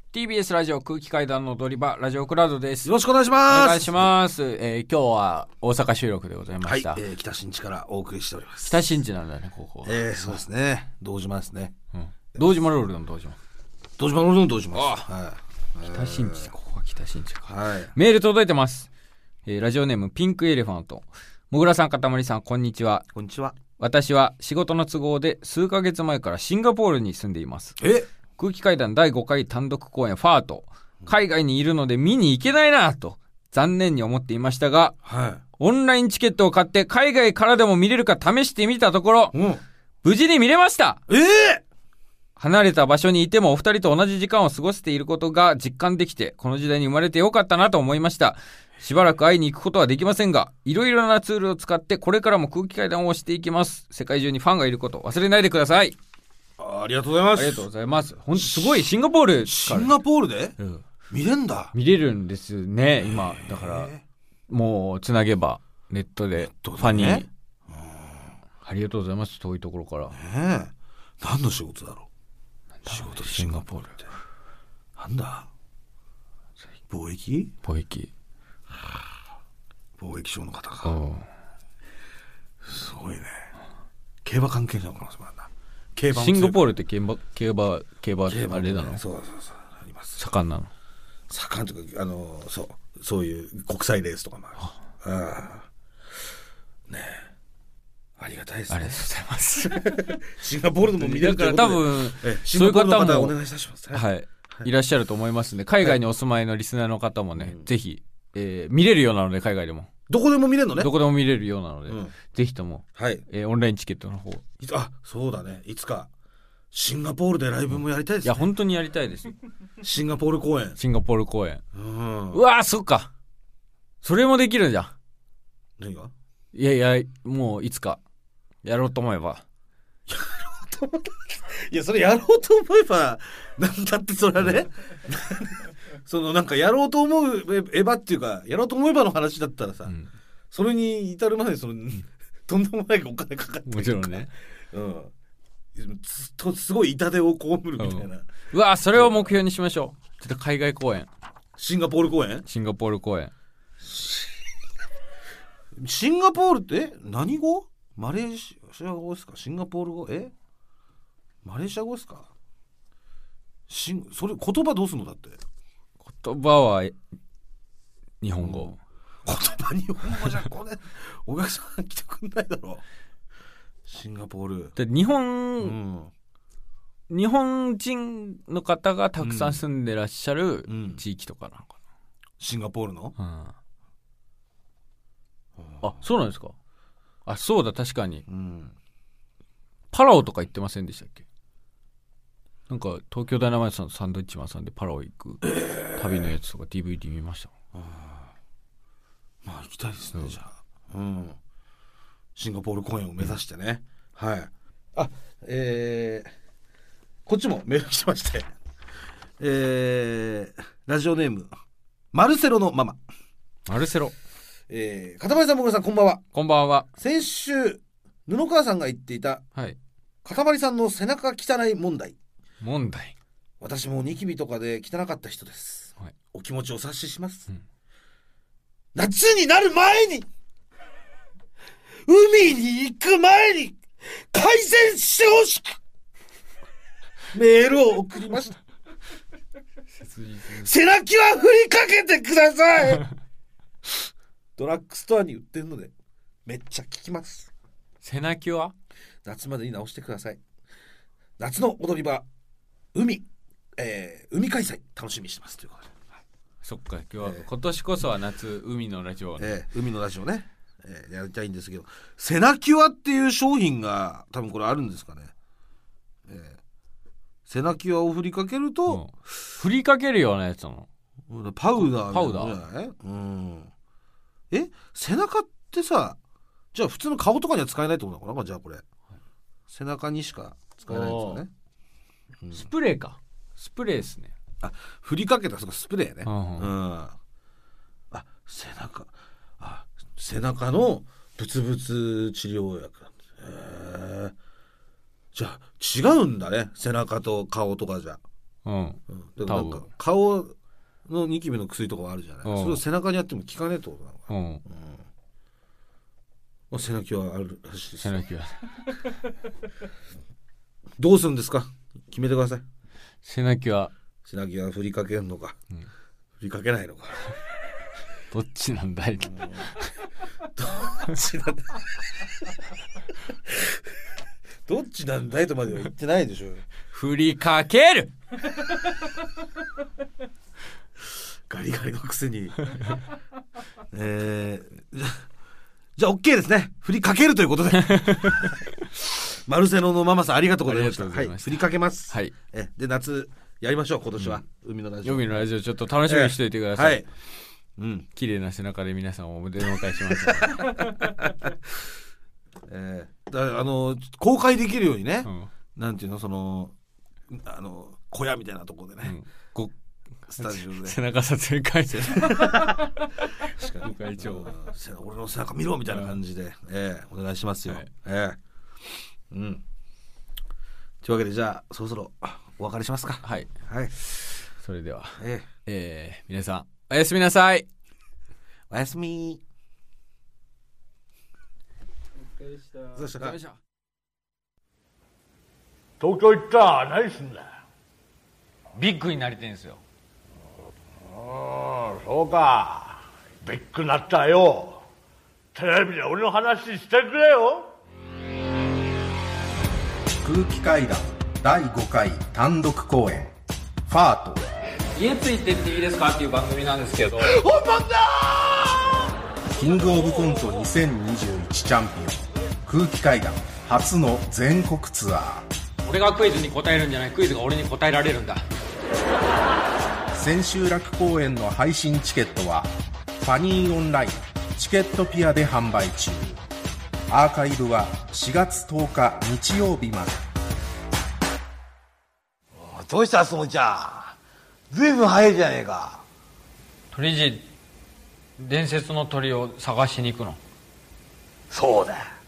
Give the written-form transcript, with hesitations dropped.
TBS ラジオ空気階段の踊り場、ラジオクラウドです。 よろしくお願いします。 お願いします。今日は大阪収録でございました。 はい、北新地からお送りしております。 北新地なんだね、ここ。 そうですね。堂島ですね。 堂島ロールの堂島。 堂島ロールの堂島です。 はい。北新地、ここが北新地か。 はい。 メール届いてます。ラジオネームピンクエレファント。もぐらさん、かたまりさん、こんにちは。 こんにちは。 私は仕事の都合で数ヶ月前からシンガポールに住んでいます。空気階段第5回単独公演ファート。海外にいるので見に行けないなと残念に思っていましたが、オンラインチケットを買って海外からでも見れるか試してみたところ、無事に見れました。離れた場所にいてもお二人と同じ時間を過ごせていることが実感できて、この時代に生まれてよかったなと思いました。しばらく会いに行くことはできませんが、いろいろなツールを使ってこれからも空気階段をしていきます。世界中にファンがいること忘れないでください。 ありがとうございます。 ありがとうございます。ほんとすごい。シンガポールからシンガポールで、見れんだ。 見れるんですね今。だからもうつなげばネットでファンに、ありがとうございます。遠いところから。 何の仕事だろう。仕事でシンガポールってなんだ。貿易商の方か。すごいね。競馬関係者の可能性もあるな。 シンガポールって競馬あれなの？ そうあります。 盛んなの？ 盛んというかそういう国際レースとかもある。ねえ、ありがたいですね。 ありがとうございます。 シンガポールでも見れるということで、 だから多分シンガポールの方お願いいたします。 はい、いらっしゃると思いますね。海外にお住まいのリスナーの方もね、ぜひ、見れるようなので、海外でもどこでも見れるのね。 どこでも見れるようなので、ぜひとも、オンラインチケットの方。 そうだね。いつかシンガポールでライブもやりたいですね。 いや本当にやりたいです。 シンガポール公演。うわー、そっか。それもできるじゃん。 何が？ いやもういつかやろうと思えば。 いやそれやろうと思えばなんだってそれはね。なんかやろうと思うエヴァっていうかやろうと思えばの話だったらさ、それに至るまでとんでもないお金かかってる。 もちろんね。 すごい痛手を被るみたいな。 うわ、それを目標にしましょう。ちょっと海外公演。 シンガポール公演。 シンガポール公演。 シンガポールって何語？マレーシア語ですか？シンガポール語？マレーシア語ですか？それ言葉どうすんの？だって言葉は日本語。 言葉日本語じゃこれお客さん来てくんないだろう。シンガポールで日本人の方がたくさん住んでらっしゃる地域とかなのかな。 シンガポールの？ あ、そうなんですか。あ、そうだ、確かに、パラオとか行ってませんでしたっけ？なんか東京ダイナマイトさんとサンドイッチマンさんでパラオ行く旅のやつとか DVD 見ました。 まあ行きたいですね、じゃあ。シンガポール公演を目指してね。はい。こっちもメール来てまして、ラジオネームマルセロのママ。 マルセロ。 かたまりさん、もぐらさん、こんばんは。 こんばんは。 先週布川さんが言っていた、かたまりさんの背中汚い問題。私もニキビとかで汚かった人です。お気持ちお察しします。夏になる前に、海に行く前に改善してほしくメールを送りました。背中は振りかけてください。ドラッグストアに売ってるのでめっちゃ効きます。 背中は夏までに直してください。夏の踊り場海開催楽しみにしてますということで、 そっか、今年こそは夏海のラジオをね、 海のラジオね、やりたいんですけど、セナキュアっていう商品が多分これあるんですかね。セナキュアを振りかけると、 振りかけるようなやつなの？ パウダーじゃない？背中ってさ、じゃあ普通の顔とかには使えないってことなのかな。じゃあこれ背中にしか使えないんですよね。 スプレーか。スプレーですね。 振りかけたスプレーね。背中のブツブツ治療薬。じゃあ違うんだね、背中と顔とかじゃ。 だからなんか顔のニキビの薬とかあるじゃない、それを背中にやっても効かねえってことなのかな。まあ、背中はあるらしいです。 背中はどうするんですか、決めてください。 背中は振りかけるのか、振りかけないのかどっちなんだいどっちなんだどっちなんだいとまでは言ってないでしょ。 振りかけるガリガリのくせにじゃあ OK ですね。振りかけるということでマルセロのママさんありがとうございました。はい、振りかけます。はい、で夏やりましょう今年は、海のラジオちょっと楽しみにしておいてください。綺麗な背中で皆さんをお出迎えします公開できるようにね、なんていうの、その小屋みたいなところでね、スタジオで背中撮影会会長俺の背中見ろみたいな感じで、お願いしますよ。というわけでじゃあそろそろお別れしますか。 はい、それでは、皆さんおやすみなさい。 おやすみ。 お疲れした。 東京行ったら何すんだよ。 ビッグになりてんすよ。 そうか。ビッグになったよ。テレビで俺の話してくれよ。 空気階段第5回単独公演ファート。 家ついてっていいですかっていう番組なんですけど、 本番だー。キングオブコント2021チャンピオン空気階段初の全国ツアー。 俺がクイズに答えるんじゃない、クイズが俺に答えられるんだ。 千秋楽公演の配信チケットはファニーオンラインチケットピアで販売中。アーカイブは4月10日日曜日まで。 どうしたすもちゃん、ずいぶん早いじゃねえか。 鳥人伝説の鳥を探しに行くの。 そうだ。